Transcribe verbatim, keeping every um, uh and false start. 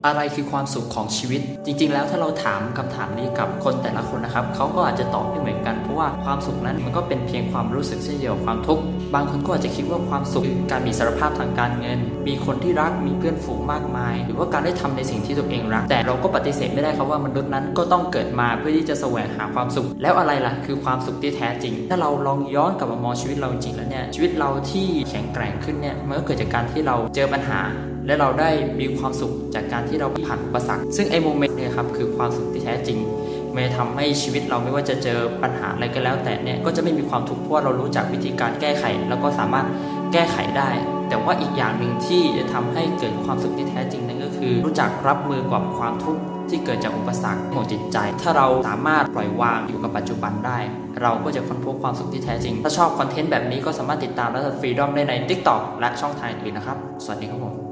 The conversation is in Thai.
อะไรคือความสุขของชีวิตจริงๆแล้วถ้าเราถามคำถามนี้กับคนแต่ละคนนะครับเขาก็อาจจะตอบไม่เหมือนกันเพราะว่าความสุขนั้นมันก็เป็นเพียงความรู้สึกเช่นเดียวกับความทุกข์บางคนก็อาจจะคิดว่าความสุขคือการมีอิสรภาพทางการเงินมีคนที่รักมีเพื่อนฝูงมากมายหรือว่าการได้ทำในสิ่งที่ตัวเองรักแต่เราก็ปฏิเสธไม่ได้ครับว่ามนุษย์นั้นก็ต้องเกิดมาเพื่อที่จะแสวงหาความสุขแล้วอะไรล่ะคือความสุขที่แท้จริงถ้าเราลองย้อนกลับมามองชีวิตเราจริงแล้วเนี่ยชีวิตเราที่แข็งแกร่งขึ้นเนี่ยมันก็เกิดจากการที่เราเจอปัญหาและเราได้มีความสุขจากการที่เราผ่านอุปสรรคซึ่งไอ้โมเมนต์เนี่ยครับคือความสุขที่แท้จริงมันจะทำให้ชีวิตเราไม่ว่าจะเจอปัญหาอะไรก็แล้วแต่เนี่ยก็จะไม่มีความทุกข์เพราะเรารู้จักวิธีการแก้ไขแล้วก็สามารถแก้ไขได้แต่ว่าอีกอย่างหนึ่งที่จะทำให้เกิดความสุขที่แท้จริงนั่นก็คือรู้จักรับมือกับความทุกข์ที่เกิดจากอุปสรรคของจิตใจถ้าเราสามารถปล่อยวางอยู่กับปัจจุบันได้เราก็จะค้นพบความสุขที่แท้จริงถ้าชอบคอนเทนต์แบบนี้ก็สามารถติดตามและฟรีดอมได้ใน ติ๊กต็อก และช่องทางอื่นนะครับสวัสดีครับผม